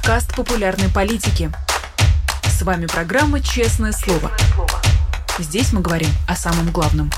подкаст популярной политики. С вами программа «Честное слово». Здесь мы говорим о самом главном.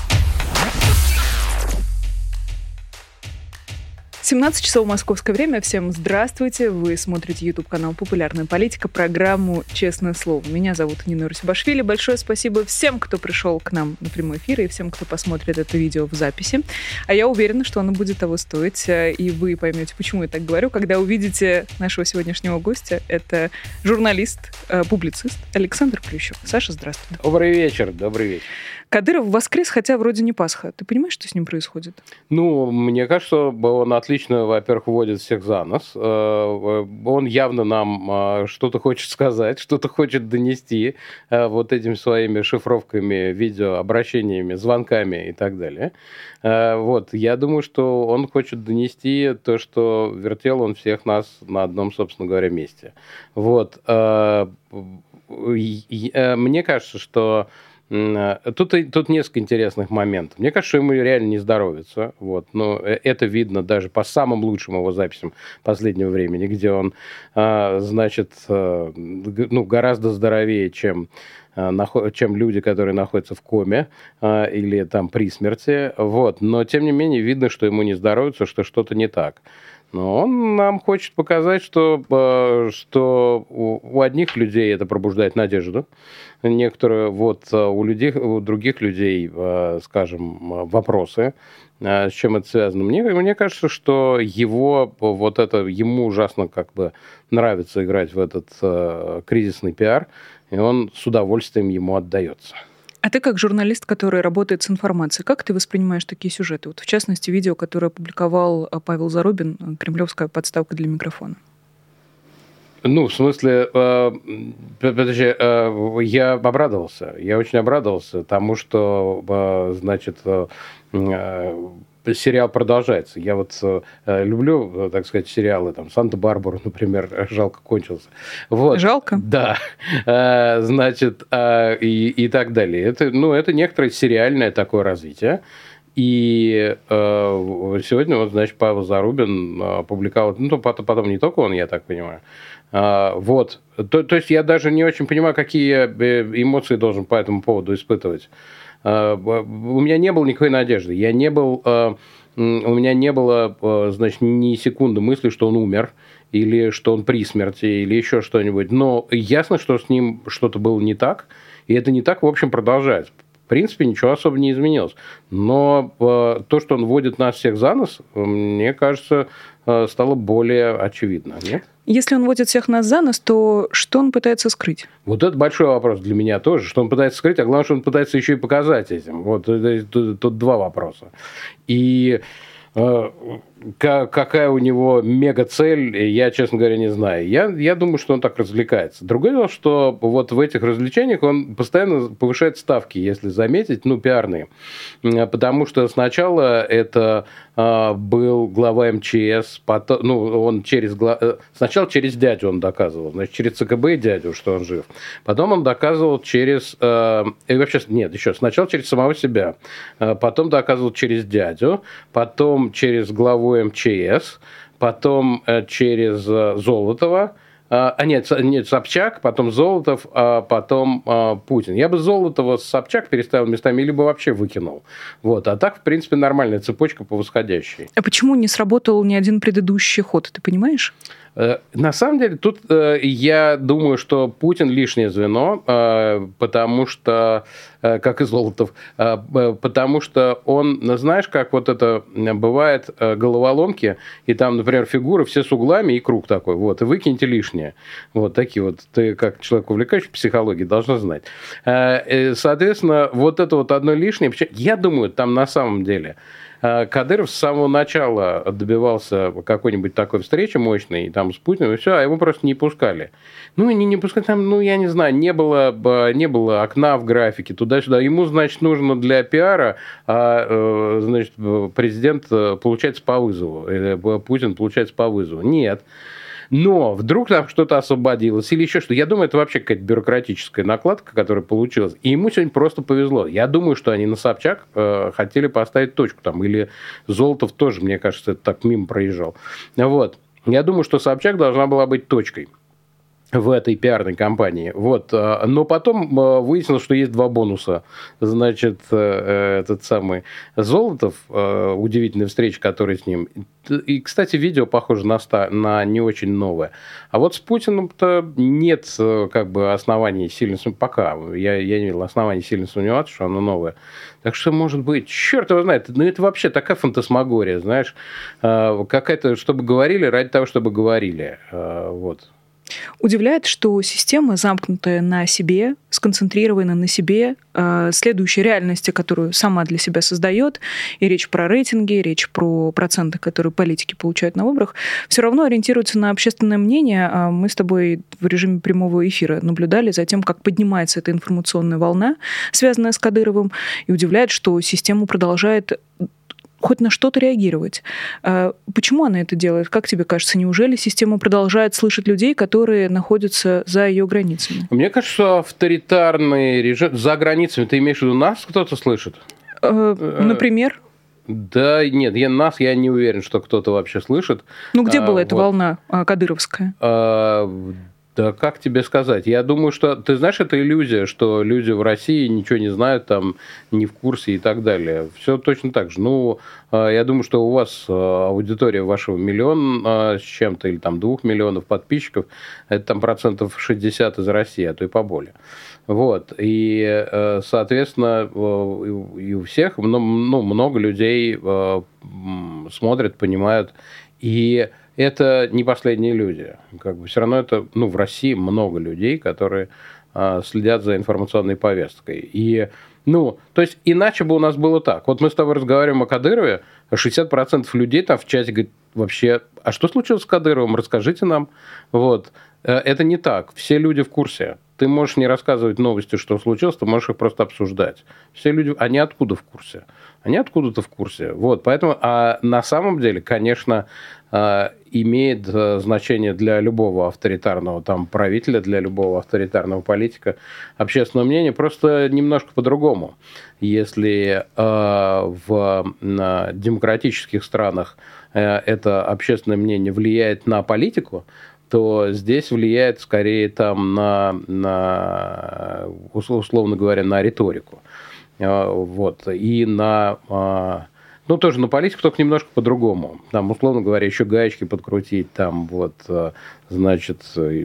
17 часов московское время. Всем здравствуйте. Вы смотрите YouTube-канал «Популярная политика», программу «Честное слово». Меня зовут Нина Русибашвили. Большое спасибо всем, кто пришел к нам на прямой эфир, и всем, кто посмотрит это видео в записи. А я уверена, что оно будет того стоить. И вы поймете, почему я так говорю, когда увидите нашего сегодняшнего гостя. Это журналист, публицист Александр Плющев. Саша, здравствуй. Добрый вечер, добрый вечер. Кадыров воскрес, хотя вроде не Пасха. Ты понимаешь, что с ним происходит? Ну, мне кажется, он отлично, во-первых, вводит всех за нос. Он явно нам что-то хочет сказать, что-то хочет донести вот этими своими шифровками, видеообращениями, звонками и так далее. Вот, я думаю, что он хочет донести то, что вертел он всех нас на одном, собственно говоря, месте. Вот. Мне кажется, что Тут несколько интересных моментов. Мне кажется, что ему реально не здоровится. Вот. Но это видно даже по самым лучшим его записям последнего времени, где он, значит, гораздо здоровее, чем люди, которые находятся в коме или там при смерти. Вот. Но, тем не менее, видно, что ему не здоровится, что что-то не так. Но он нам хочет показать, что у одних людей это пробуждает надежду, некоторые у других людей, скажем, вопросы, с чем это связано. Мне кажется, что ему ужасно нравится играть в этот кризисный пиар, и он с удовольствием ему отдается. А ты как журналист, который работает с информацией, как ты воспринимаешь такие сюжеты? Вот в частности, видео, которое опубликовал Павел Зарубин, «Кремлевская подставка для микрофона». Ну, в смысле, подожди, я обрадовался. Я очень обрадовался тому, что, значит, сериал продолжается. Я люблю, так сказать, сериалы, там, «Санта-Барбару», например, жалко кончился. Вот. Жалко? Да. Значит, и так далее. Это некоторое сериальное такое развитие. И сегодня, значит, Павел Зарубин опубликовал, потом не только он, я так понимаю. Вот. То есть я даже не очень понимаю, какие эмоции должен по этому поводу испытывать. У меня не было никакой надежды. У меня не было, значит, ни секунды мысли, что он умер, или что он при смерти, или еще что-нибудь. Но ясно, что с ним что-то было не так, и это не так, в общем, продолжается. В принципе, ничего особо не изменилось. Но то, что он вводит нас всех за нос, мне кажется, стало более очевидно, нет? Если он водит всех нас за нос, то что он пытается скрыть? Вот это большой вопрос для меня тоже. Что он пытается скрыть, а главное, что он пытается еще и показать этим. Вот тут два вопроса. И какая у него мега-цель, я, честно говоря, не знаю. Я думаю, что он так развлекается. Другое дело, что вот в этих развлечениях он постоянно повышает ставки, если заметить, пиарные. Потому что сначала это был глава МЧС, потом, он сначала через дядю он доказывал, значит, через ЦКБ и дядю, что он жив. Потом он доказывал сначала через самого себя, потом доказывал через дядю, потом через главу МЧС, потом через Золотова, Собчак, потом Золотов, а потом Путин. Я бы Золотова с Собчак переставил местами, либо вообще выкинул. Вот. А так, в принципе, нормальная цепочка по восходящей. А почему не сработал ни один предыдущий ход, ты понимаешь? На самом деле, тут я думаю, что Путин лишнее звено, потому что, как и Золотов, потому что он, знаешь, как вот это бывает головоломки, и там, например, фигуры все с углами и круг такой, вот, и выкиньте лишнее. Вот такие вот, ты как человек, увлекающийся психологией, должна знать. Соответственно, вот это вот одно лишнее, я думаю, там на самом деле Кадыров с самого начала добивался какой-нибудь такой встречи мощной там, с Путиным, и все, а его просто не пускали. Не пускали, там, я не знаю, не было окна в графике, туда-сюда. Ему, значит, нужно для пиара, значит, президент получается по вызову, Путин получается по вызову. Нет. Но вдруг там что-то освободилось или еще что. Я думаю, это вообще какая-то бюрократическая накладка, которая получилась. И ему сегодня просто повезло. Я думаю, что они на Собчак хотели поставить точку там. Или Золотов тоже, мне кажется, это так мимо проезжал. Вот. Я думаю, что Собчак должна была быть точкой. в этой пиарной кампании. Вот. Но потом выяснилось, что есть два бонуса. Значит, этот самый Золотов, удивительная встреча, которая с ним. И, кстати, видео похоже на не очень новое. А вот с Путиным-то нет как бы оснований сильно пока. Я не видел оснований сильно сомневаться, что оно новое. Так что, может быть, черт его знает. Ну, это вообще такая фантасмагория, знаешь. Какая-то, чтобы говорили ради того, чтобы говорили. Вот. Удивляет, что система, замкнутая на себе, сконцентрированная на себе, следующей реальности, которую сама для себя создает, и речь про рейтинги, речь про проценты, которые политики получают на выборах, все равно ориентируется на общественное мнение. Мы с тобой в режиме прямого эфира наблюдали за тем, как поднимается эта информационная волна, связанная с Кадыровым, и удивляет, что система продолжает хоть на что-то реагировать. Почему она это делает? Как тебе кажется, неужели система продолжает слышать людей, которые находятся за ее границами? Мне кажется, что авторитарный режим за границами, ты имеешь в виду нас кто-то слышит? Например? Да, нет, я не уверен, что кто-то вообще слышит. Ну, где была эта волна кадыровская? Да как тебе сказать? Я думаю, что... Ты знаешь, это иллюзия, что люди в России ничего не знают, там, не в курсе и так далее. Все точно так же. Ну, я думаю, что у вас аудитория вашего 1 миллион с чем-то, или там 2 миллионов подписчиков, это там 60% из России, а то и поболее. Вот. И, соответственно, и у всех много людей смотрят, понимают. И это не последняя иллюзия. Как бы все равно это, в России много людей, которые следят за информационной повесткой. И, то есть, иначе бы у нас было так. Вот мы с тобой разговариваем о Кадырове, 60% людей там в чате говорят, вообще, а что случилось с Кадыровым? Расскажите нам. Вот. Это не так. Все люди в курсе. Ты можешь не рассказывать новости, что случилось, ты можешь их просто обсуждать. Все люди, они откуда в курсе? Они откуда-то в курсе. Вот, поэтому, на самом деле, конечно, имеет значение для любого авторитарного там правителя, для любого авторитарного политика общественное мнение, просто немножко по-другому. Если в демократических странах это общественное мнение влияет на политику, то здесь влияет скорее там на условно говоря, на риторику. Вот. И тоже на политику, только немножко по-другому. Там, условно говоря, еще гаечки подкрутить, там, вот, значит,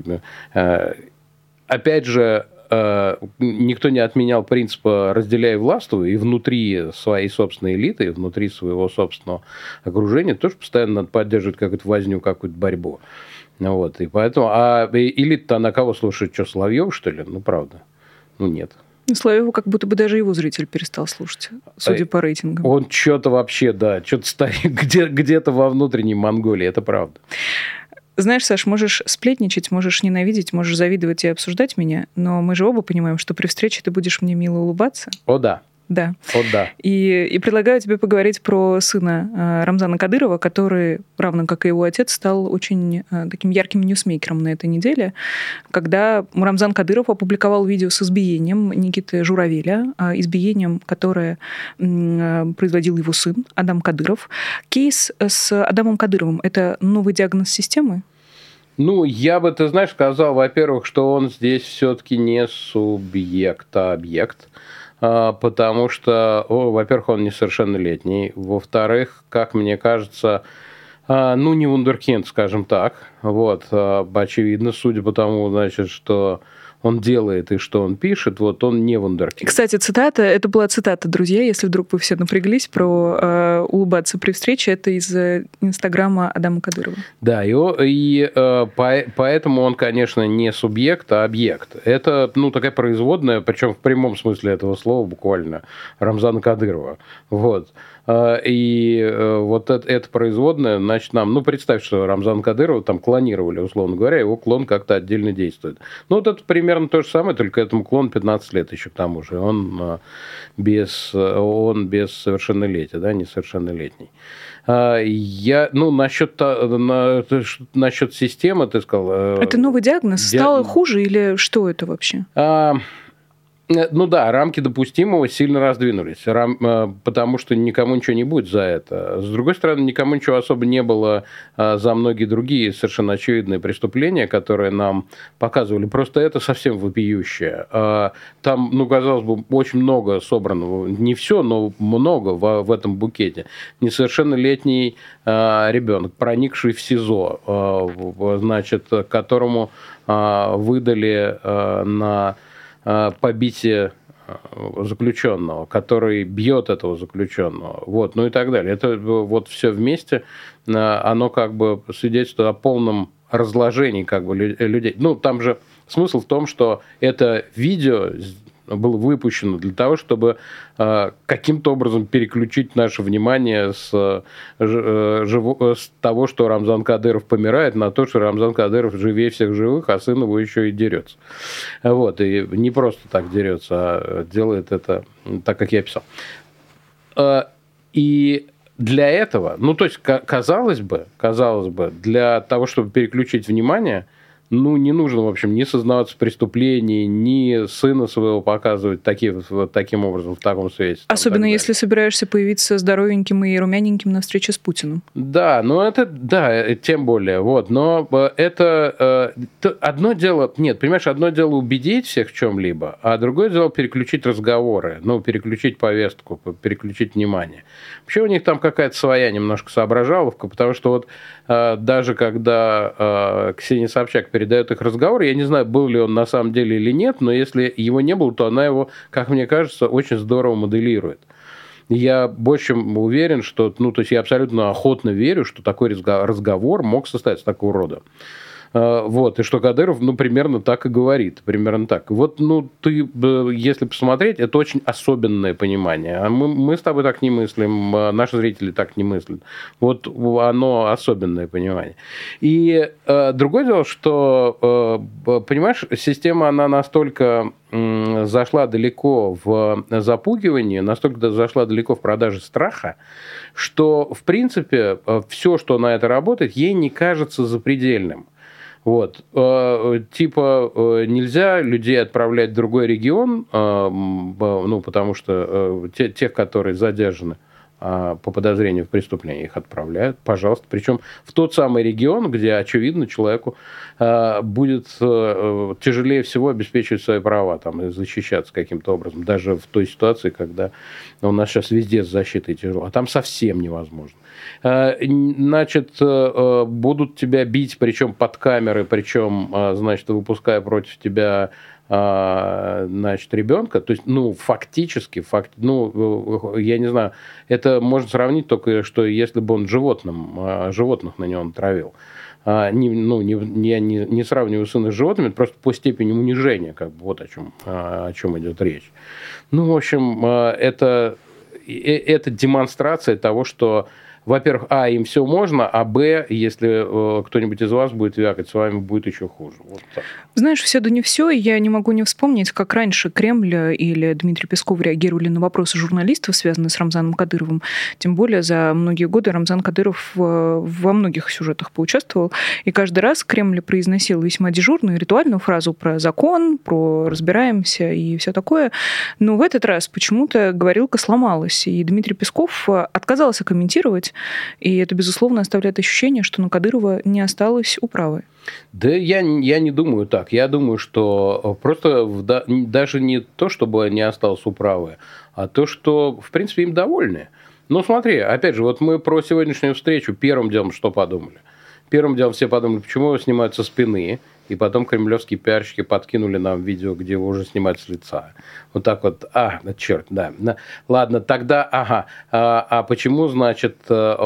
опять же, никто не отменял принципа «разделяй и властвуй», и внутри своей собственной элиты, и внутри своего собственного окружения тоже постоянно надо поддерживать какую-то возню, какую-то борьбу. Вот, и поэтому... А элита-то на кого слушает? Что, Соловьев, что ли? Ну, правда. Нет. Соловьеву как будто бы даже его зритель перестал слушать, судя по рейтингам. Он что-то вообще, да, что-то стоит где-то во внутренней Монголии, это правда. Знаешь, Саш, можешь сплетничать, можешь ненавидеть, можешь завидовать и обсуждать меня, но мы же оба понимаем, что при встрече ты будешь мне мило улыбаться. О, да. Да. Вот да. И предлагаю тебе поговорить про сына Рамзана Кадырова, который, равно как и его отец, стал очень таким ярким ньюсмейкером на этой неделе, когда Рамзан Кадыров опубликовал видео с избиением Никиты Журавеля, избиением, которое производил его сын Адам Кадыров. Кейс с Адамом Кадыровым – это новый диагноз системы? Я бы, ты знаешь, сказал, во-первых, что он здесь все-таки не субъект, а объект. Потому что, во-первых, он несовершеннолетний, во-вторых, как мне кажется, не вундеркинд, скажем так, вот, очевидно, судя по тому, значит, что он делает и что он пишет, вот он не вундеркинд. Кстати, это была цитата, друзья, если вдруг вы все напряглись про улыбаться при встрече, это из Инстаграма Адама Кадырова. Да, и поэтому он, конечно, не субъект, а объект. Это, такая производная, причем в прямом смысле этого слова буквально, Рамзана Кадырова. Вот. И вот это производное, значит, нам... представь, что Рамзана Кадырова там клонировали, условно говоря, его клон как-то отдельно действует. Вот это примерно то же самое, только этому клону 15 лет еще к тому же. Он без совершеннолетия, да, несовершеннолетний. Насчет системы, ты сказал... Это новый диагноз? Стало хуже или что это вообще? Ну да, рамки допустимого сильно раздвинулись, потому что никому ничего не будет за это. С другой стороны, никому ничего особо не было за многие другие совершенно очевидные преступления, которые нам показывали. Просто это совсем вопиющее. Там, ну, казалось бы, очень много собранного. Не все, но много в этом букете. Несовершеннолетний ребенок, проникший в СИЗО, значит, которому выдали на побитие заключенного, который бьет этого заключенного, вот, ну и так далее. Это вот все вместе, оно как бы свидетельствует о полном разложении как бы людей. Ну, там же смысл в том, что это видео было выпущено для того, чтобы каким-то образом переключить наше внимание с того, что Рамзан Кадыров помирает, на то, что Рамзан Кадыров живее всех живых, а сын его еще и дерется. Вот. И не просто так дерется, а делает это так, как я писал. И для этого, ну, то есть, казалось бы, для того, чтобы переключить внимание, ну, не нужно, в общем, ни сознаваться в преступлении, ни сына своего показывать таким образом, в таком свете. Особенно если собираешься появиться здоровеньким и румяненьким на встрече с Путиным. Да, ну это, да, тем более, вот, но это одно дело, нет, понимаешь, одно дело убедить всех в чем-либо, а другое дело переключить разговоры, ну, переключить повестку, переключить внимание. Вообще у них там какая-то своя немножко соображаловка, потому что вот даже когда Ксения Собчак передает их разговор, я не знаю, был ли он на самом деле или нет, но если его не было, то она его, как мне кажется, очень здорово моделирует. Я больше уверен, что, ну, то есть я абсолютно охотно верю, что такой разговор мог состояться такого рода. Вот, и что Кадыров, ну, примерно так и говорит, примерно так. Вот, ну, ты, если посмотреть, это очень особенное понимание. А мы с тобой так не мыслим, наши зрители так не мыслят. Вот оно особенное понимание. И другое дело, что, понимаешь, система, она настолько зашла далеко в запугивании, настолько зашла далеко в продаже страха, что, в принципе, все, что на это работает, ей не кажется запредельным. Вот. Типа нельзя людей отправлять в другой регион, ну, потому что тех, которые задержаны по подозрению в преступлении, их отправляют, пожалуйста. Причем в тот самый регион, где, очевидно, человеку будет тяжелее всего обеспечивать свои права там, и защищаться каким-то образом, даже в той ситуации, когда у нас сейчас везде с защитой тяжело, а там совсем невозможно. Значит, будут тебя бить, причем под камеры, причем, значит, выпуская против тебя, значит, ребенка. То есть, ну, фактически, ну, я не знаю, это можно сравнить только, что если бы он животных на него натравил. Я не сравниваю сына с животными, это просто по степени унижения, как бы, вот о чем идет речь. Ну, в общем, это демонстрация того, что, во-первых, им все можно, а если кто-нибудь из вас будет вякать, с вами будет еще хуже. Вот так. Знаешь, все да не все, и я не могу не вспомнить, как раньше Кремль или Дмитрий Песков реагировали на вопросы журналистов, связанные с Рамзаном Кадыровым. Тем более за многие годы Рамзан Кадыров во многих сюжетах поучаствовал, и каждый раз Кремль произносил весьма дежурную ритуальную фразу про закон, про разбираемся и все такое. Но в этот раз почему-то говорилка сломалась, и Дмитрий Песков отказался комментировать, и это, безусловно, оставляет ощущение, что на Кадырова не осталось управы. Да я не думаю так. Я думаю, что просто даже не то, чтобы не осталось управы, а то, что, в принципе, им довольны. Ну, смотри, опять же, вот мы про сегодняшнюю встречу первым делом что подумали? Первым делом все подумали, почему его снимают со спины, и потом кремлевские пиарщики подкинули нам видео, где его уже снимают с лица. Вот так вот, черт, да. Ладно, тогда, а почему, значит,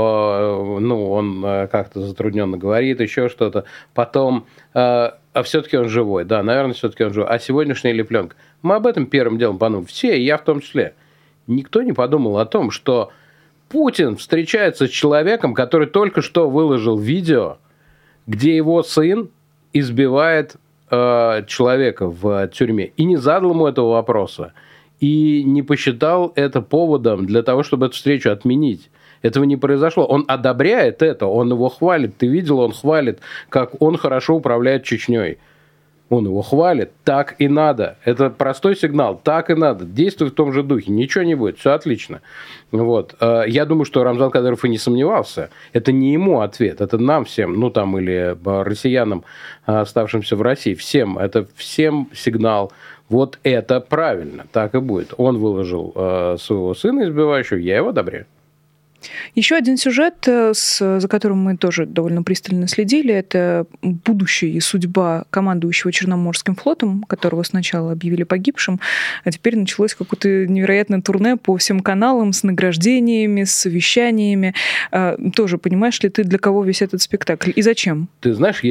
он как-то затрудненно говорит, еще что-то. Потом, все-таки он живой, да, наверное, все-таки он живой. А сегодняшняя лепленка? Мы об этом первым делом подумали. Все, и я в том числе. Никто не подумал о том, что Путин встречается с человеком, который только что выложил видео, где его сын избивает человека в тюрьме. И не задал ему этого вопроса. И не посчитал это поводом для того, чтобы эту встречу отменить. Этого не произошло. Он одобряет это, он его хвалит. Ты видел, он хвалит, как он хорошо управляет Чечней. он его хвалит, так и надо. Это простой сигнал, так и надо. Действуй в том же духе, ничего не будет, все отлично. Вот. Я думаю, что Рамзан Кадыров и не сомневался. Это не ему ответ, это нам всем, ну там или россиянам, оставшимся в России, всем. Это всем сигнал. Вот это правильно, так и будет. Он выложил своего сына избивающего, я его одобряю. Еще один сюжет, за которым мы тоже довольно пристально следили, это будущее и судьба командующего Черноморским флотом, которого сначала объявили погибшим, а теперь началось какое-то невероятное турне по всем каналам с награждениями, с совещаниями. Тоже понимаешь ли ты, для кого весь этот спектакль и зачем? Ты знаешь,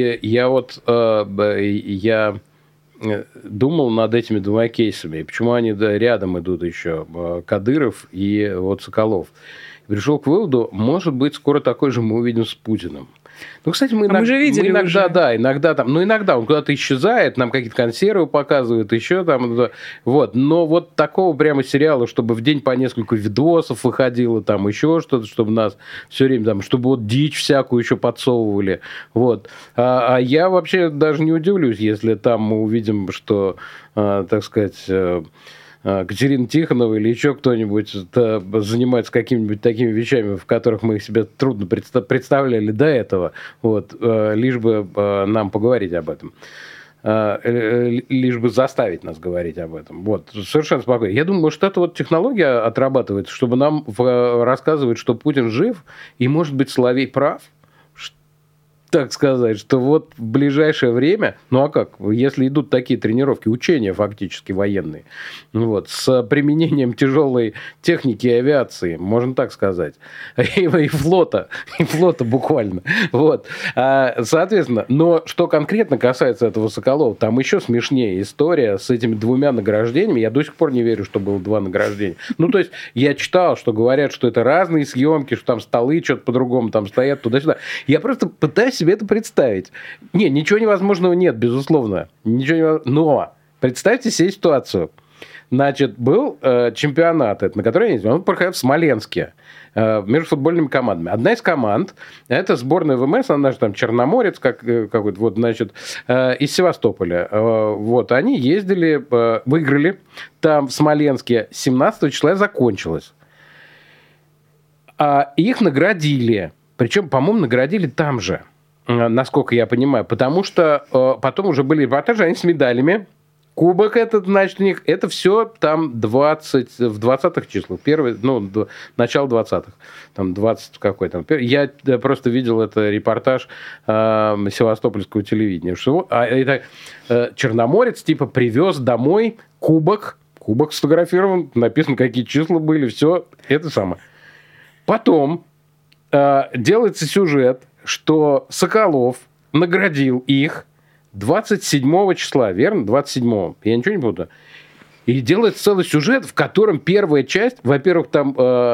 я думал над этими двумя кейсами, почему они рядом идут еще, Кадыров и вот Соколов. Пришел к выводу, может быть, скоро такой же мы увидим с Путиным. Ну, кстати, мы же видели иногда, уже. Да, иногда там, ну, иногда он куда-то исчезает, нам какие-то консервы показывают, еще там, вот. Но вот такого прямо сериала, чтобы в день по несколько видосов выходило, там еще что-то, чтобы нас все время там, чтобы вот дичь всякую еще подсовывали, вот. А я вообще даже не удивлюсь, если там мы увидим, что, так сказать, Катерина Тихонова или еще кто-нибудь занимается какими-нибудь такими вещами, в которых мы их себе трудно представляли до этого, вот, лишь бы нам поговорить об этом. Лишь бы заставить нас говорить об этом. Вот, совершенно спокойно. Я думаю, что эта вот технология отрабатывается, чтобы нам рассказывать, что Путин жив, и, может быть, Соловей прав, так сказать, что вот в ближайшее время, ну а как, если идут такие тренировки, учения фактически военные, вот, с применением тяжелой техники и авиации, можно так сказать, и флота буквально, вот, соответственно, но что конкретно касается этого Соколова, там еще смешнее история с этими двумя награждениями, я до сих пор не верю, что было 2 награждения, ну то есть я читал, что говорят, что это разные съемки, что там столы что-то по-другому там стоят туда-сюда, я просто пытаюсь себе это представить. Не, ничего невозможного нет, безусловно. Ничего невозможного. Но представьте себе ситуацию. Значит, был чемпионат, на который я не знаю, он проходил в Смоленске между футбольными командами. Одна из команд, это сборная ВМС, она же там Черноморец какой-то, вот, значит, из Севастополя. Вот, они ездили, выиграли там в Смоленске, 17 числа закончилось. А их наградили. Причем, по-моему, наградили там же, насколько я понимаю, потому что потом уже были репортажи, они с медалями. Кубок этот, значит, у них, это все там в 20-х числах, начало 20-х, там 20 какой там. Я просто видел это репортаж севастопольского телевидения. Это Черноморец типа привез домой кубок сфотографирован, написано, какие числа были, все, это самое. Потом делается сюжет, что Соколов наградил их 27 числа, верно? 27-го. Я ничего не буду. И делается целый сюжет, в котором первая часть, во-первых, там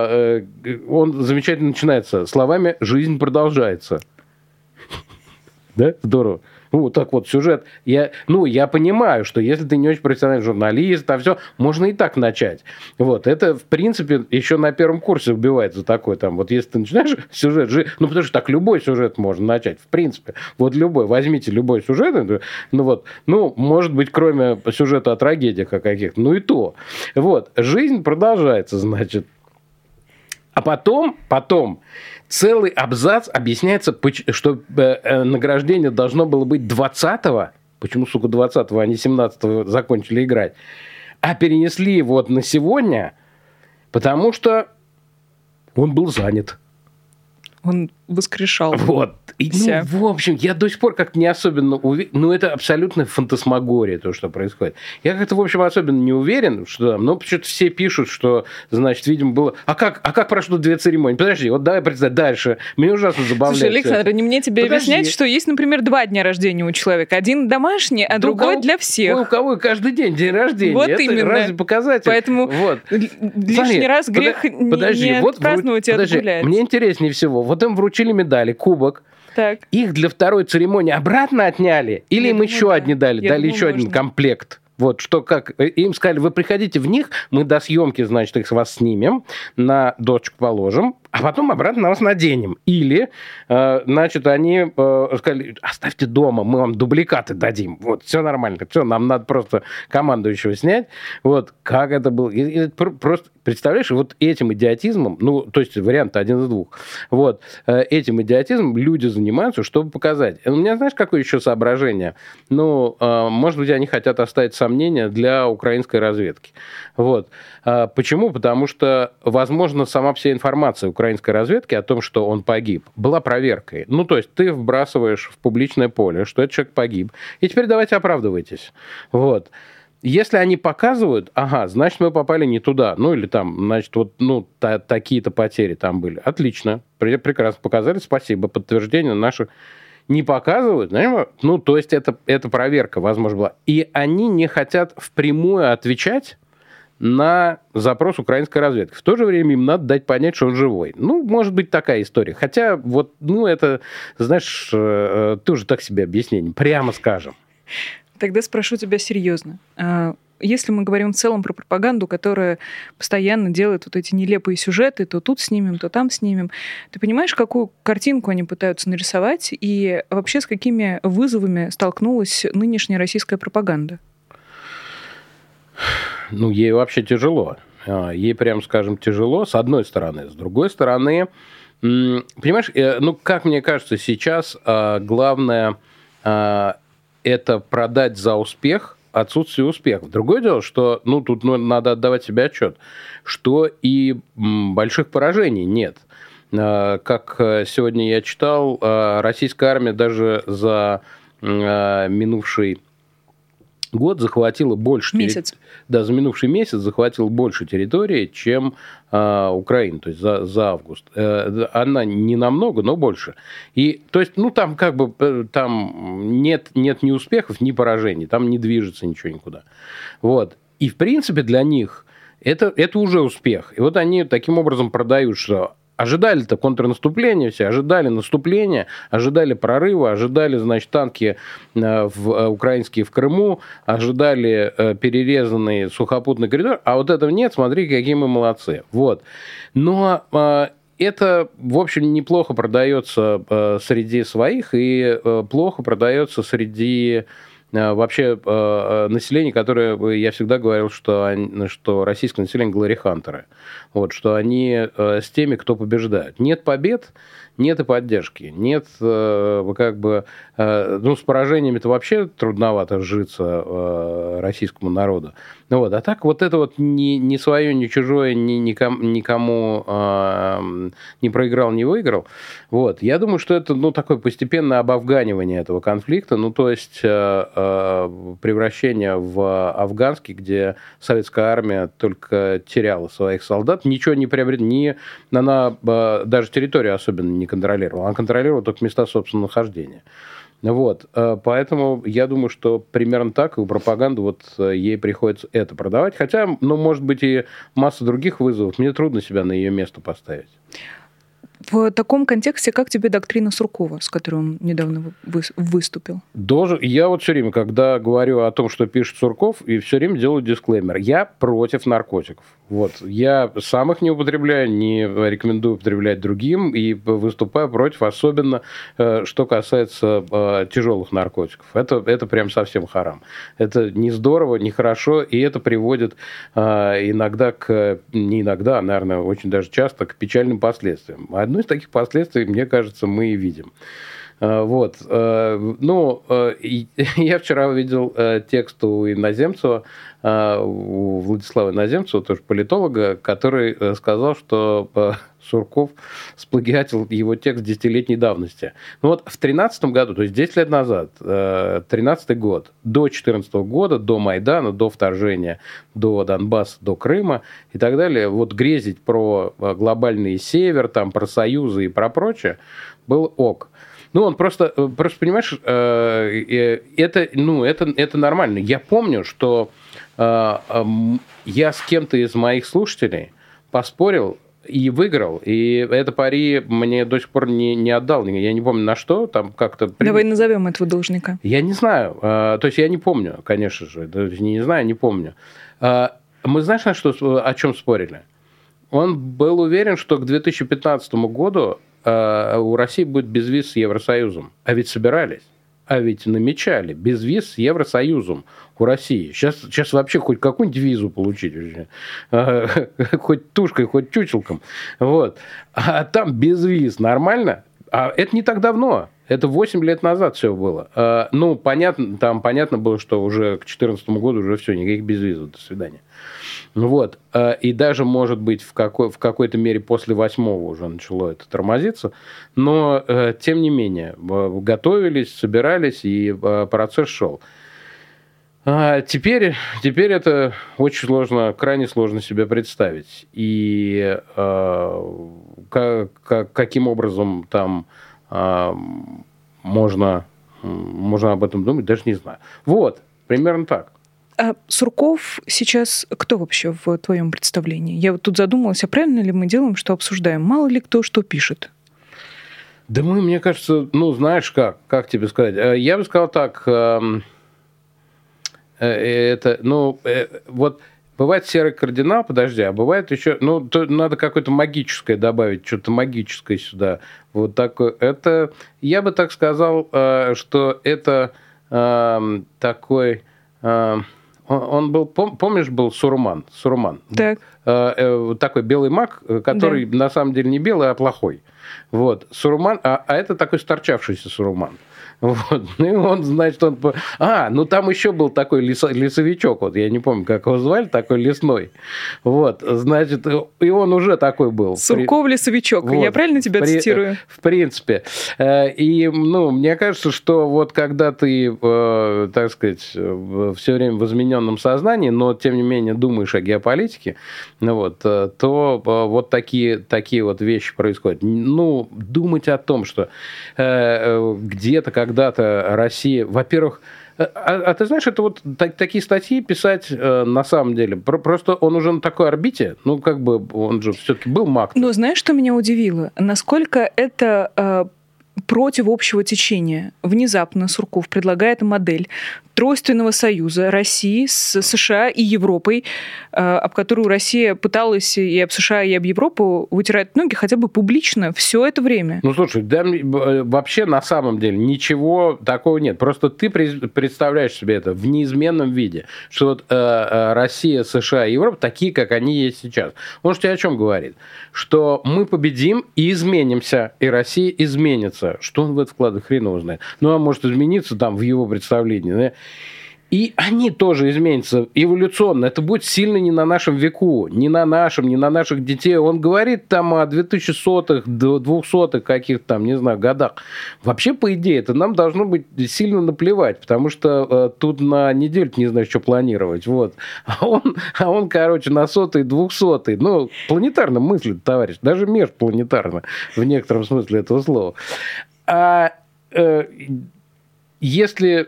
он замечательно начинается словами «Жизнь продолжается». Да? Здорово. Вот так вот сюжет. Я понимаю, что если ты не очень профессиональный журналист, там все, можно и так начать. Вот. Это, в принципе, еще на первом курсе убивается такой там. Вот если ты начинаешь сюжет, потому что так любой сюжет можно начать, в принципе. Вот любой. Возьмите любой сюжет. Может быть, кроме сюжета о трагедиях каких-то. Ну и то. Вот. Жизнь продолжается, значит. А потом целый абзац объясняется, что награждение должно было быть 20-го. Почему, сука, 20-го, а не 17-го закончили играть? А перенесли вот на сегодня, потому что он был занят. Он воскрешал. Вот. В общем, я до сих пор как не особенно уверен. Это абсолютно фантасмагория, то, что происходит. Я как-то, в общем, особенно не уверен, что там. Почему-то все пишут, что, значит, видимо, было... А как прошло 2 церемонии? Подожди, вот давай представь дальше. Меня ужасно забавляет. Слушай, Александр, не мне тебе объяснять, что есть, например, 2 дня рождения у человека. Один домашний, а другой для всех. У кого каждый день день рождения. Вот это именно. Разве показатель? Поэтому лишний раз грех не отпраздновать и отгулять. Мне интереснее всего. Вот им вручили медали, кубок. Так. Их для второй церемонии обратно отняли? Или им еще одни дали? Дали еще один комплект? Вот, что как. Им сказали, вы приходите в них, мы до съемки, значит, их с вас снимем, на досочку положим, а потом обратно на вас наденем. Или, значит, они сказали, оставьте дома, мы вам дубликаты дадим. Вот, все нормально. Все, нам надо просто командующего снять. Вот, как это было. Просто, представляешь, вот этим идиотизмом, ну, то есть вариант один из двух, вот, этим идиотизмом люди занимаются, чтобы показать. У меня, знаешь, какое еще соображение? Ну, может быть, они хотят оставить сомнения для украинской разведки. Вот. Почему? Потому что, возможно, сама вся информация украинской разведки о том, что он погиб, была проверкой. Ну, то есть ты вбрасываешь в публичное поле, что этот человек погиб, и теперь давайте оправдывайтесь. Вот. Если они показывают, ага, значит, мы попали не туда, ну, или там, значит, вот, ну, такие-то потери там были. Отлично, прекрасно показали, спасибо, подтверждение наших... Не показывают, знаешь, ну, то есть это проверка, возможно, была. И они не хотят впрямую отвечать на запрос украинской разведки. В то же время им надо дать понять, что он живой. Ну, может быть, такая история. Хотя, вот, ну, это, знаешь, тоже так себе объяснение, прямо скажем. Тогда спрошу тебя серьезно. Если мы говорим в целом про пропаганду, которая постоянно делает вот эти нелепые сюжеты, то тут снимем, то там снимем, ты понимаешь, какую картинку они пытаются нарисовать и вообще с какими вызовами столкнулась нынешняя российская пропаганда? Ну, ей вообще тяжело. Ей, прям скажем, тяжело, с одной стороны. С другой стороны, понимаешь, ну, как мне кажется, сейчас главное это продать за успех отсутствие успеха. Другое дело, что, ну, тут надо отдавать себе отчет, что и больших поражений нет. Как сегодня я читал, российская армия даже за минувший год захватила больше... Месяц. Да, за минувший месяц захватила больше территории, чем Украина, то есть за август. Она не намного, но больше. И, то есть, ну, там как бы там нет ни успехов, ни поражений, там не движется ничего никуда. Вот. И, в принципе, для них это уже успех. И вот они таким образом продают, что ожидали-то контрнаступления все, ожидали наступления, ожидали прорыва, ожидали, значит, танки украинские в Крыму, ожидали перерезанный сухопутный коридор, а вот этого нет, смотри, какие мы молодцы. Вот. Но это, в общем, неплохо продается среди своих и плохо продается среди вообще население, которое, я всегда говорил, что российское население глори-хантеры. Вот, что они с теми, кто побеждает. Нет побед, нет и поддержки. Нет, как бы, ну, с поражениями-то вообще трудновато житься российскому народу. Ну, вот, а так вот это вот ни свое, ни чужое, никому не проиграл, не выиграл. Вот. Я думаю, что это, ну, такое постепенное обафганивание этого конфликта, ну, то есть превращение в афганский, где советская армия только теряла своих солдат, ничего не приобретала, она даже территорию особенно не контролировала, она контролировала только места собственного нахождения. Вот, поэтому я думаю, что примерно так и у пропаганды вот ей приходится это продавать, хотя, ну, может быть, и масса других вызовов, мне трудно себя на ее место поставить. В таком контексте, как тебе доктрина Суркова, с которой он недавно выступил? Я вот все время, когда говорю о том, что пишет Сурков, и все время делаю дисклеймер. Я против наркотиков. Вот. Я сам их не употребляю, не рекомендую употреблять другим, и выступаю против, особенно что касается тяжелых наркотиков. Это прям совсем харам. Это не здорово, не хорошо, и это приводит иногда не иногда, а, наверное, очень даже часто к печальным последствиям. Одно из таких последствий, мне кажется, мы и видим. Вот. Ну, я вчера увидел текст у Иноземцева, у Владислава Иноземцева, тоже политолога, который сказал, что Сурков сплагиатил его текст 10-летней давности. Ну вот в 2013 году, то есть 10 лет назад, 2013 год, до 2014 года, до Майдана, до вторжения, до Донбасса, до Крыма и так далее, вот грезить про глобальный север, там, про союзы и про прочее, был ок. Ну, он просто понимаешь, это нормально. Я помню, что я с кем-то из моих слушателей поспорил и выиграл, и это пари мне до сих пор не отдал. Я не помню на что, там как-то... Давай назовем этого должника. Я не знаю. То есть я не помню, конечно же. Не знаю, не помню. Мы знаешь, о чем спорили? Он был уверен, что к 2015 году у России будет безвиз с Евросоюзом. А ведь собирались. А ведь намечали безвиз с Евросоюзом у России. Сейчас вообще хоть какую-нибудь визу получить. Хоть тушкой, хоть чучелком. Вот. А там безвиз. Нормально? А это не так давно. Это 8 лет назад все было. Ну, понятно было, что уже к 2014 году уже все, никаких безвизов. До свидания. Вот. И даже, может быть, в какой-то мере после 8-го уже начало это тормозиться. Но, тем не менее, готовились, собирались, и процесс шел. Теперь это очень сложно, крайне сложно себе представить. И каким образом там можно об этом думать, даже не знаю. Вот, примерно так. А Сурков сейчас кто вообще в твоем представлении? Я вот тут задумалась, а правильно ли мы делаем, что обсуждаем? Мало ли кто что пишет? Да мне кажется, знаешь как тебе сказать? Я бы сказал так, вот бывает серый кардинал, подожди, а бывает еще, то надо какое-то магическое добавить, что-то магическое сюда. Вот такое. Это, я бы так сказал, что это такой... Он был, помнишь, был Сурман? Так. Такой белый маг, который на самом деле не белый, а плохой. Вот. Сурман, а это такой сторчавшийся Сурман. Вот. И он, значит, там еще был такой лесовичок, вот я не помню, как его звали, такой лесной. Вот, значит, и он уже такой был. Сурков лесовичок, вот. Я правильно тебя цитирую? В принципе. И, мне кажется, что вот когда ты, так сказать, все время в измененном сознании, но, тем не менее, думаешь о геополитике, то вот такие вот вещи происходят. Думать о том, что где-то, когда-то Россия, во-первых, ты знаешь, это вот такие статьи писать на самом деле. Просто он уже на такой орбите, он же все-таки был маг. Но знаешь, что меня удивило? Насколько это против общего течения. Внезапно Сурков предлагает модель тройственного союза России с США и Европой, об которую Россия пыталась и об США, и об Европу вытирать ноги хотя бы публично все это время. Слушай, вообще на самом деле ничего такого нет. Просто ты представляешь себе это в неизменном виде, что вот Россия, США и Европа такие, как они есть сейчас. Он же тебе о чем говорит? Что мы победим и изменимся, и Россия изменится. Что он в это вкладывает, хрен его знает. А может измениться там в его представлении, да? И они тоже изменятся эволюционно. Это будет сильно не на нашем веку, не на наших детей. Он говорит там о 2100-х, 200-х каких-то там, не знаю, годах. Вообще, по идее, это нам должно быть сильно наплевать, потому что тут на неделю не знаю, что планировать. Вот. А он, короче, на 100-й, 200-й. Планетарно мыслит, товарищ. Даже межпланетарно, в некотором смысле этого слова. Если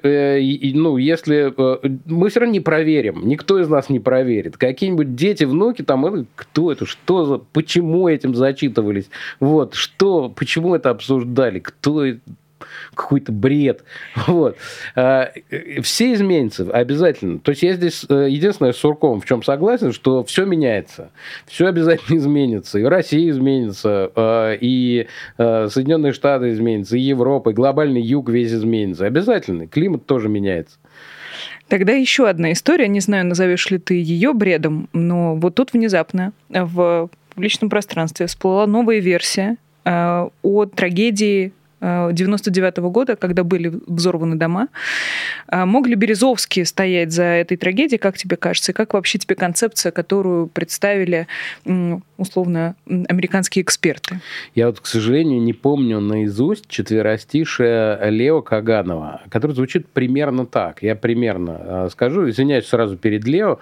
мы все равно не проверим, никто из нас не проверит. Какие-нибудь дети, внуки, кто это, что за, почему этим зачитывались, почему это обсуждали, кто это, какой-то бред. Вот. Все изменятся обязательно. То есть я здесь единственное с Сурковым в чем согласен, что все меняется. Все обязательно изменится. И Россия изменится, и Соединенные Штаты изменятся, и Европа, и глобальный юг весь изменится. Обязательно. Климат тоже меняется. Тогда еще одна история. Не знаю, назовешь ли ты ее бредом, но вот тут внезапно в публичном пространстве всплыла новая версия о трагедии 99-го года, когда были взорваны дома. Мог ли Березовский стоять за этой трагедией, как тебе кажется? И как вообще тебе концепция, которую представили, условно, американские эксперты? Я вот, к сожалению, не помню наизусть четверостишее Лео Каганова, который звучит примерно так. Я примерно скажу, извиняюсь сразу перед Лео,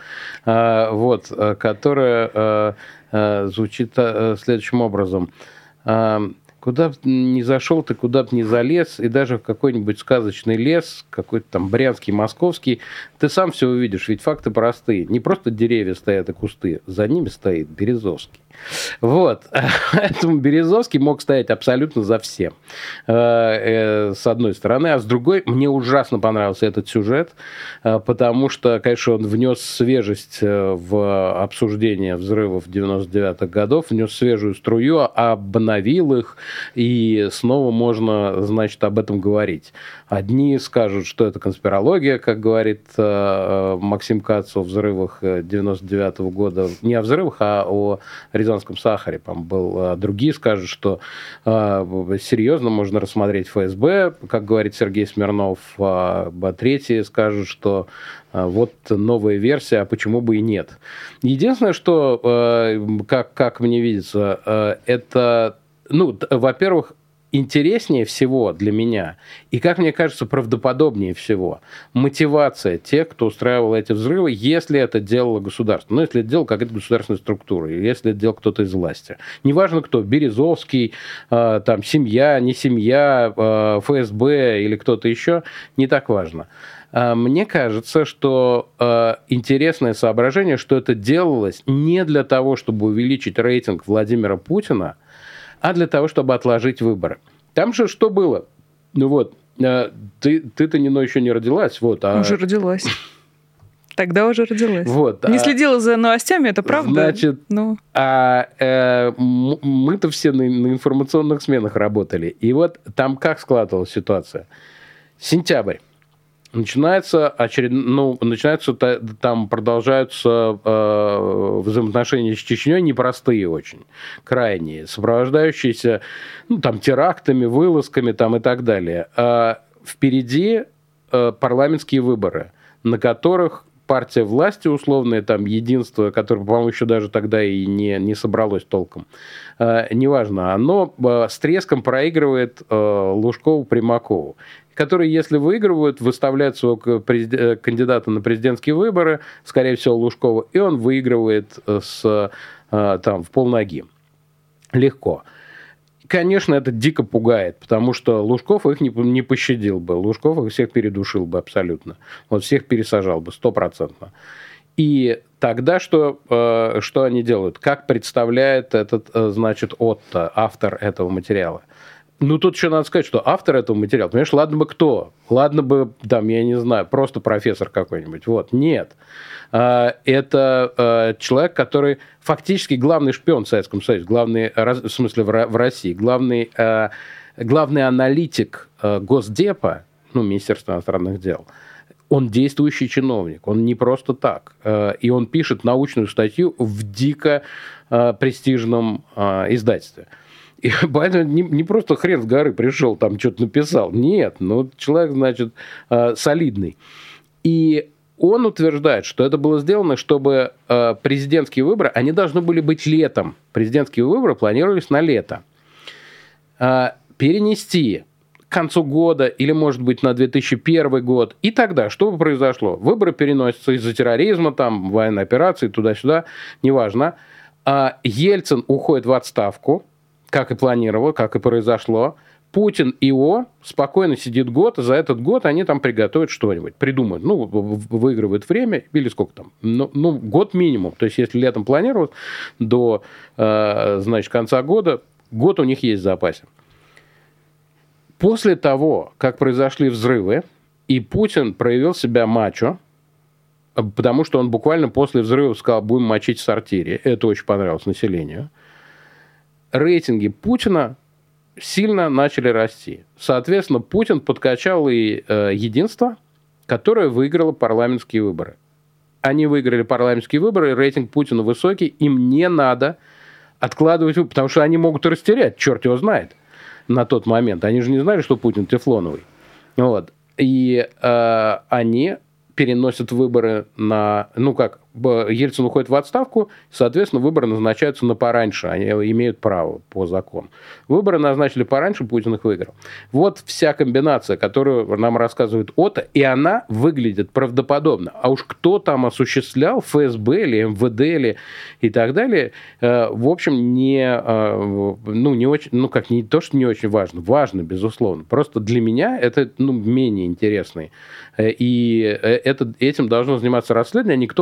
которая звучит следующим образом. Куда бы ни зашел ты, куда бы ни залез, и даже в какой-нибудь сказочный лес, какой-то там брянский, московский, ты сам все увидишь, ведь факты простые. Не просто деревья стоят и кусты, за ними стоит Березовский. Вот. Поэтому Березовский мог стоять абсолютно за всем. С одной стороны. А с другой, мне ужасно понравился этот сюжет, потому что, конечно, он внес свежесть в обсуждение взрывов 99-х годов, внес свежую струю, обновил их, и снова можно, значит, об этом говорить. Одни скажут, что это конспирология, как говорит Максим Кац о взрывах 99-го года. Не о взрывах, а о Рязанском сахаре, по-моему, был. А другие скажут, что серьезно можно рассмотреть ФСБ, как говорит Сергей Смирнов. А третьи скажут, что вот новая версия, а почему бы и нет. Единственное, что, как мне видится, это, во-первых, интереснее всего для меня, и, как мне кажется, правдоподобнее всего, мотивация тех, кто устраивал эти взрывы, если это делало государство. Если это делала какая-то государственная структура, или если это делал кто-то из власти. Неважно кто, Березовский, там, семья, не семья, ФСБ или кто-то еще, не так важно. Мне кажется, что интересное соображение, что это делалось не для того, чтобы увеличить рейтинг Владимира Путина, а для того, чтобы отложить выборы. Там же что было? Ты-то, Нино, еще не родилась. Уже родилась. Тогда уже родилась. Вот, не следила за новостями, это правда. Значит, мы-то все на информационных сменах работали. И вот там как складывалась ситуация? Сентябрь. Начинаются, там продолжаются взаимоотношения с Чечней непростые очень, крайние, сопровождающиеся терактами, вылазками и так далее. Впереди парламентские выборы, на которых партия власти условная, Единство, которое, по-моему, еще даже тогда и не собралось толком, неважно, оно с треском проигрывает Лужкову-Примакову, которые, если выигрывают, выставляют своего кандидата на президентские выборы, скорее всего, Лужкова, и он выигрывает в полноги. Легко. Конечно, это дико пугает, потому что Лужков их не пощадил бы. Лужков их всех передушил бы абсолютно. Всех пересажал бы 100%. И тогда что они делают? Как представляет этот, Отто, автор этого материала? Тут еще надо сказать, что автор этого материала, понимаешь, ладно бы кто? Ладно бы, я не знаю, просто профессор какой-нибудь. Нет. Это человек, который фактически главный шпион в Советском Союзе, в смысле в России, главный аналитик Госдепа, Министерства иностранных дел. Он действующий чиновник, он не просто так. И он пишет научную статью в дико престижном издательстве. И поэтому не просто хрен с горы пришел, что-то написал. Нет, человек, солидный. И он утверждает, что это было сделано, чтобы президентские выборы, они должны были быть летом. Президентские выборы планировались на лето. Перенести к концу года или, может быть, на 2001 год. И тогда что бы произошло? Выборы переносятся из-за терроризма, военной операции, туда-сюда, неважно. Ельцин уходит в отставку, как и планировал, как и произошло. Путин и спокойно сидит год, и за этот год они приготовят что-нибудь, придумают. Выигрывают время, или сколько там? Год минимум. То есть, если летом планировать, до, конца года, год у них есть в запасе. После того, как произошли взрывы, и Путин проявил себя мачо, потому что он буквально после взрывов сказал, будем мочить в сортире. Это очень понравилось населению. Рейтинги Путина сильно начали расти. Соответственно, Путин подкачал и Единство, которое выиграло парламентские выборы. Они выиграли парламентские выборы, рейтинг Путина высокий, им не надо откладывать, потому что они могут и растерять, черт его знает, на тот момент. Они же не знали, что Путин тефлоновый. И они переносят выборы на... Ельцин уходит в отставку, соответственно, выборы назначаются на пораньше. Они имеют право по закону. Выборы назначили пораньше, Путин их выиграл. Вот вся комбинация, которую нам рассказывает Отто, и она выглядит правдоподобно. А уж кто там осуществлял, ФСБ или МВД или и так далее, в общем, не очень, не то, что не очень важно. Важно, безусловно. Просто для меня это менее интересно. И этим должно заниматься расследование, а не кто кому что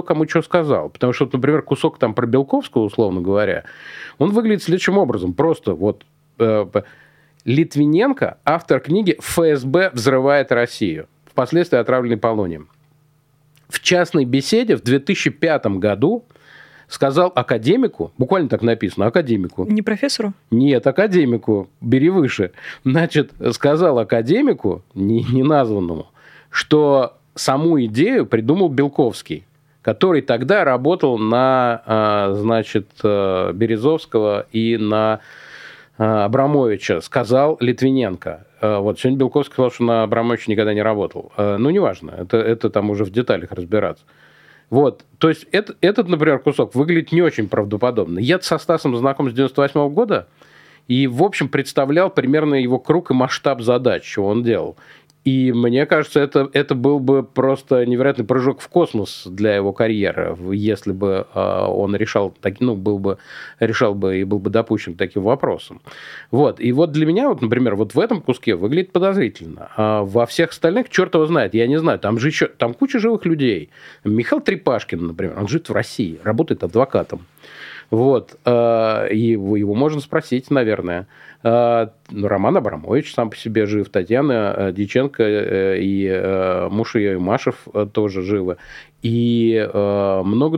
сказал. Потому что, например, кусок там про Белковского, условно говоря, он выглядит следующим образом. Просто вот Литвиненко, автор книги «ФСБ взрывает Россию», впоследствии отравленный полонием. В частной беседе в 2005 году сказал академику, буквально так написано, академику. Не профессору? Нет, академику, бери выше. Значит, сказал академику, не названному, что саму идею придумал Белковский, который тогда работал на, значит, Березовского и на Абрамовича, сказал Литвиненко. Вот сегодня Белковский сказал, что на Абрамовича никогда не работал. Ну, неважно, это там уже в деталях разбираться. Вот, то есть этот, например, кусок выглядит не очень правдоподобно. Я со Стасом знаком с 98 года и, в общем, представлял примерно его круг и масштаб задач, что он делал. И мне кажется, это был бы просто невероятный прыжок в космос для его карьеры, если бы он решал и был бы допущен к таким вопросам. Вот. И вот для меня, вот, например, вот в этом куске выглядит подозрительно. А во всех остальных черт его знает, я не знаю, там же еще там куча живых людей. Михаил Трепашкин, например, он живет в России, работает адвокатом. Вот. И его можно спросить, наверное. Роман Абрамович сам по себе жив, Татьяна Дьяченко и муж ее, Имашев, тоже живы. И много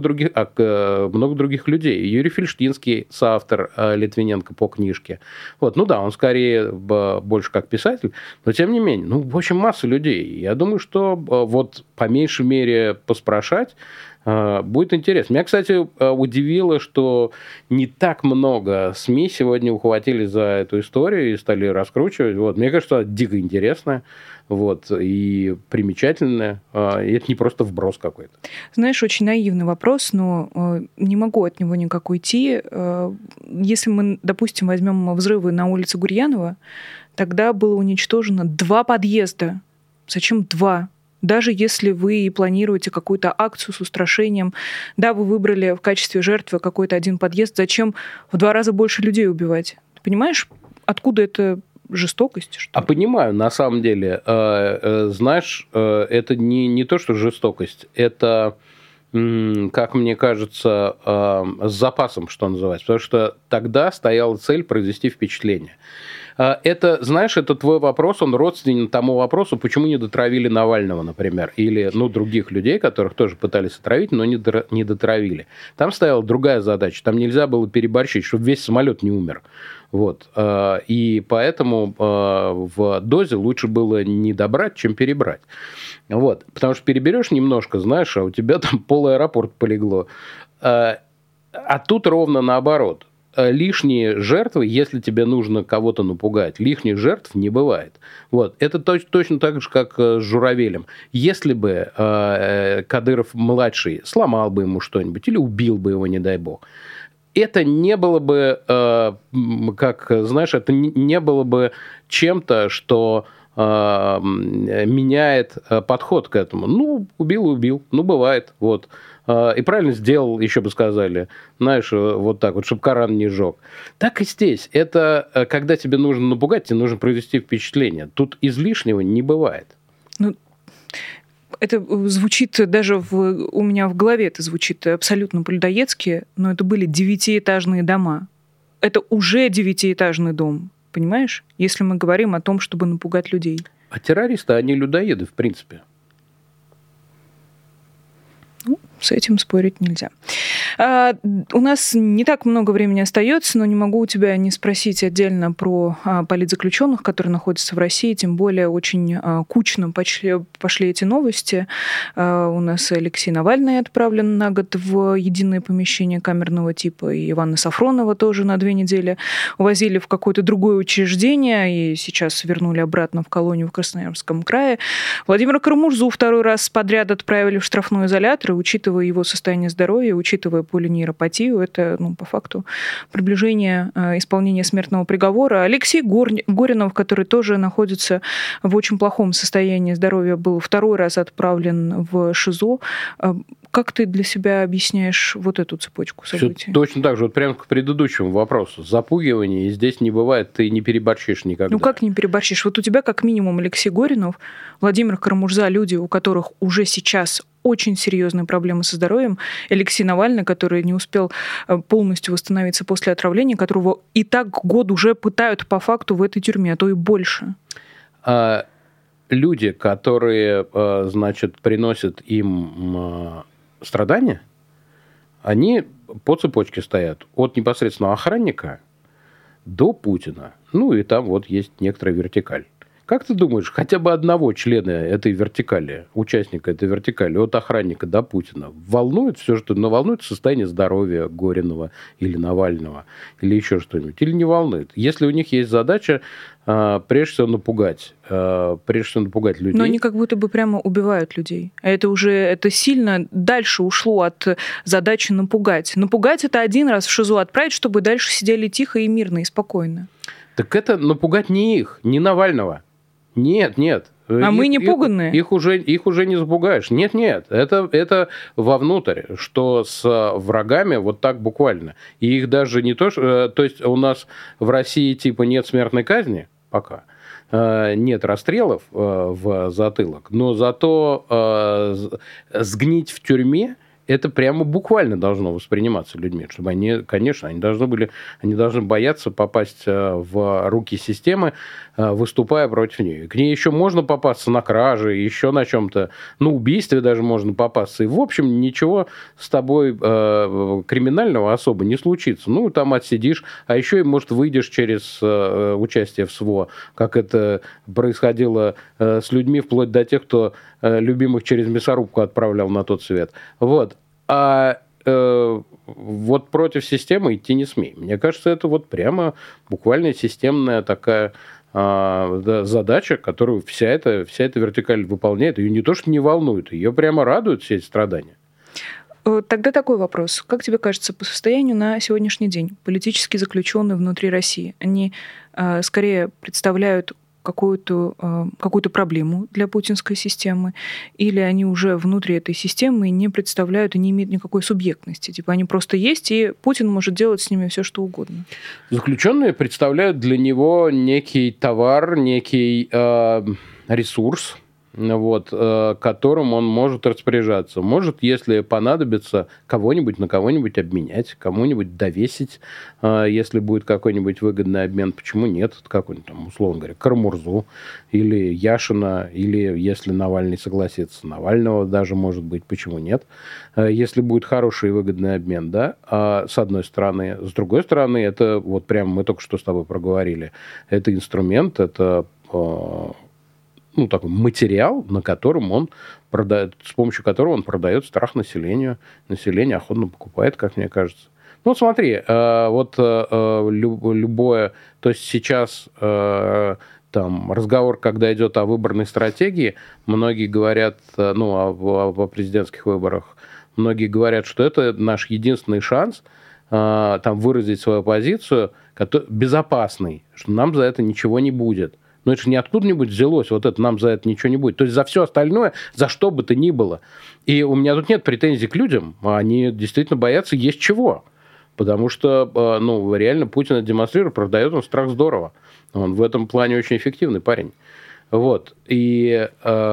других людей. Юрий Фельштинский, соавтор Литвиненко по книжке. Вот. Ну да, он скорее больше как писатель, но тем не менее, ну, в общем, масса людей. Я думаю, что вот по меньшей мере поспрашать будет интересно. Меня, кстати, удивило, что не так много СМИ сегодня ухватили за эту историю и стали раскручивать. Вот. Мне кажется, это дико интересно, вот, и примечательное. И это не просто вброс какой-то. Знаешь, очень наивный вопрос, но не могу от него никак уйти. Если мы, допустим, возьмем взрывы на улице Гурьянова, тогда было уничтожено 2 подъезда. Зачем 2? Даже если вы планируете какую-то акцию с устрашением, да, вы выбрали в качестве жертвы какой-то один подъезд, зачем в 2 раза больше людей убивать? Ты понимаешь, откуда эта жестокость? Что ли? Понимаю, на самом деле, знаешь, это не то, что жестокость, это, как мне кажется, с запасом, что называется, потому что тогда стояла цель произвести впечатление. Это, знаешь, это твой вопрос, он родственен тому вопросу, почему не дотравили Навального, например, или, других людей, которых тоже пытались отравить, но не дотравили. Там стояла другая задача, там нельзя было переборщить, чтобы весь самолет не умер. Вот. И поэтому в дозе лучше было не добрать, чем перебрать. Вот. Потому что переберешь немножко, знаешь, а у тебя там пол-аэропорт полегло. А тут ровно наоборот. Лишние жертвы, если тебе нужно кого-то напугать, лишних жертв не бывает. Вот. Это точно так же, как с Журавелем. Если бы Кадыров-младший сломал бы ему что-нибудь или убил бы его, не дай бог, это не было бы, это не было бы чем-то, что меняет подход к этому. Ну, убил и убил. Ну, бывает. Вот. И правильно сделал, еще бы сказали. Знаешь, вот так вот, чтобы Коран не жег. Так и здесь. Это когда тебе нужно напугать, тебе нужно произвести впечатление. Тут излишнего не бывает. Ну, это звучит даже у меня в голове, это звучит абсолютно по-людоедски, но это были 9-этажные дома. Это уже 9-этажный дом, понимаешь? Если мы говорим о том, чтобы напугать людей. А террористы, они людоеды, в принципе. С этим спорить нельзя. У нас не так много времени остается, но не могу у тебя не спросить отдельно про политзаключенных, которые находятся в России, тем более очень кучно пошли эти новости. У нас Алексей Навальный отправлен на год в единое помещение камерного типа, и Ивана Сафронова тоже на 2 недели увозили в какое-то другое учреждение, и сейчас вернули обратно в колонию в Красноярском крае. Владимира Карамурзу 2 раз подряд отправили в штрафной изолятор, и, учитывая его состояние здоровья, учитывая полинейропатию, это, по факту, приближение исполнения смертного приговора. Алексей Горинов, который тоже находится в очень плохом состоянии здоровья, был 2 раз отправлен в ШИЗО. Как ты для себя объясняешь вот эту цепочку событий? Все точно так же, вот прямо к предыдущему вопросу. Запугивание здесь не бывает, ты не переборщишь никогда. Ну как не переборщишь? Вот у тебя как минимум Алексей Горинов, Владимир Карамурза, люди, у которых уже сейчас очень серьезные проблемы со здоровьем. Алексей Навальный, который не успел полностью восстановиться после отравления, которого и так год уже пытают по факту в этой тюрьме, а то и больше. Люди, которые, значит, приносят им страдания, они по цепочке стоят от непосредственного охранника до Путина. Ну, и там вот есть некоторая вертикаль. Как ты думаешь, хотя бы одного члена этой вертикали, участника этой вертикали, от охранника до Путина, волнует все, что... Но волнует состояние здоровья Горинова или Навального, или еще что-нибудь, или не волнует? Если у них есть задача, прежде всего напугать людей. Но они как будто бы прямо убивают людей. Это сильно дальше ушло от задачи напугать. Напугать — это один раз в ШИЗО отправить, чтобы дальше сидели тихо и мирно, и спокойно. Так это напугать не их, не Навального. Нет. А мы не пуганные? Их уже не запугаешь. Нет, это вовнутрь, что с врагами вот так буквально. И их даже не то, что... То есть у нас в России типа нет смертной казни пока, нет расстрелов в затылок, но зато сгнить в тюрьме это прямо буквально должно восприниматься людьми, чтобы они, конечно, они должны бояться попасть в руки системы, выступая против нее. К ней еще можно попасться на краже, еще на чем-то, на убийстве даже можно попасться. И, в общем, ничего с тобой криминального особо не случится. Ну, там отсидишь, а еще и, может, выйдешь через участие в СВО, как это происходило с людьми, вплоть до тех, кто любимых через мясорубку отправлял на тот свет. Вот. А вот против системы идти не смей. Мне кажется, это вот прямо буквально системная такая задача, которую вся эта вертикаль выполняет. Ее не то, что не волнует, ее прямо радуют все эти страдания. Тогда такой вопрос. Как тебе кажется, по состоянию на сегодняшний день политические заключенные внутри России, они скорее представляют какую-то проблему для путинской системы, или они уже внутри этой системы не представляют и не имеют никакой субъектности? Типа они просто есть, и Путин может делать с ними все, что угодно. Заключенные представляют для него некий товар, некий ресурс, вот, которым он может распоряжаться. Может, если понадобится, кого-нибудь на кого-нибудь обменять, кому-нибудь довесить, если будет какой-нибудь выгодный обмен. Почему нет? Какой-нибудь, там, условно говоря, Карамурзу или Яшина, или, если Навальный согласится, Навального даже, может быть, почему нет? Если будет хороший и выгодный обмен, да, с одной стороны. С другой стороны, это вот прямо мы только что с тобой проговорили. Это инструмент, это... такой материал, на котором он продает, с помощью которого он продает страх населению. Население охотно покупает, как мне кажется. Ну, смотри, любое... То есть сейчас там разговор, когда идет о выборной стратегии, многие говорят, о президентских выборах, многие говорят, что это наш единственный шанс там выразить свою позицию, безопасный, что нам за это ничего не будет. Но это же не откуда-нибудь взялось, вот это нам за это ничего не будет. То есть за все остальное, за что бы то ни было. И у меня тут нет претензий к людям, они действительно боятся есть чего. Потому что, реально Путин это демонстрирует, продает он страх здорово. Он в этом плане очень эффективный парень. Вот. И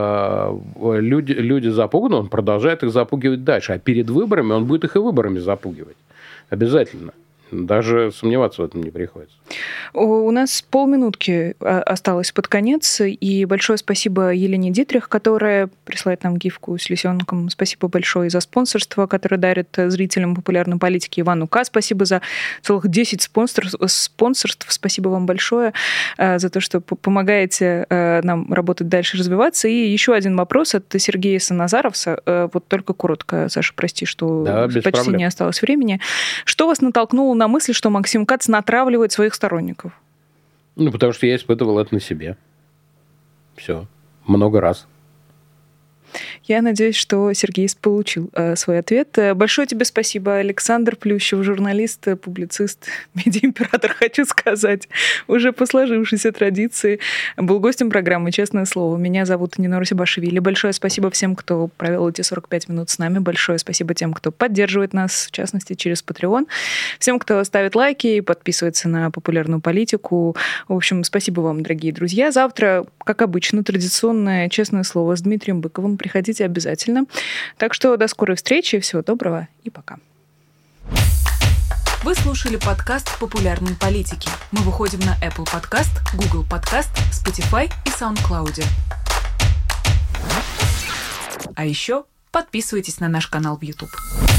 люди запуганы, он продолжает их запугивать дальше. А перед выборами он будет их и выборами запугивать. Обязательно. Даже сомневаться в этом не приходится. У нас полминутки осталось под конец. И большое спасибо Елене Дитрих, которая присылает нам гифку с лисенком. Спасибо большое за спонсорство, которое дарит зрителям популярной политики. Ивану К. Спасибо за целых 10 спонсорств. Спасибо вам большое за то, что помогаете нам работать дальше, развиваться. И еще один вопрос от Сергея Саназаровса. Вот только коротко, Саша, прости, что почти не осталось времени. Что вас натолкнуло на мысль, что Максим Кац натравливает своих сторонников? Потому что я испытывал это на себе. Все. Много раз. Я надеюсь, что Сергей получил свой ответ. Большое тебе спасибо, Александр Плющев, журналист, публицист, медиаимператор, хочу сказать, уже по сложившейся традиции. Был гостем программы «Честное слово». Меня зовут Нина Русибашвили. Большое спасибо всем, кто провел эти 45 минут с нами. Большое спасибо тем, кто поддерживает нас, в частности, через Patreon. Всем, кто ставит лайки и подписывается на популярную политику. В общем, спасибо вам, дорогие друзья. Завтра, как обычно, традиционное «Честное слово» с Дмитрием Быковым. Приходите хотите обязательно. Так что до скорой встречи, всего доброго и пока. Вы слушали подкаст «Популярные политики». Мы выходим на Apple Podcast, Google Podcast, Spotify и SoundCloud. А еще подписывайтесь на наш канал в YouTube.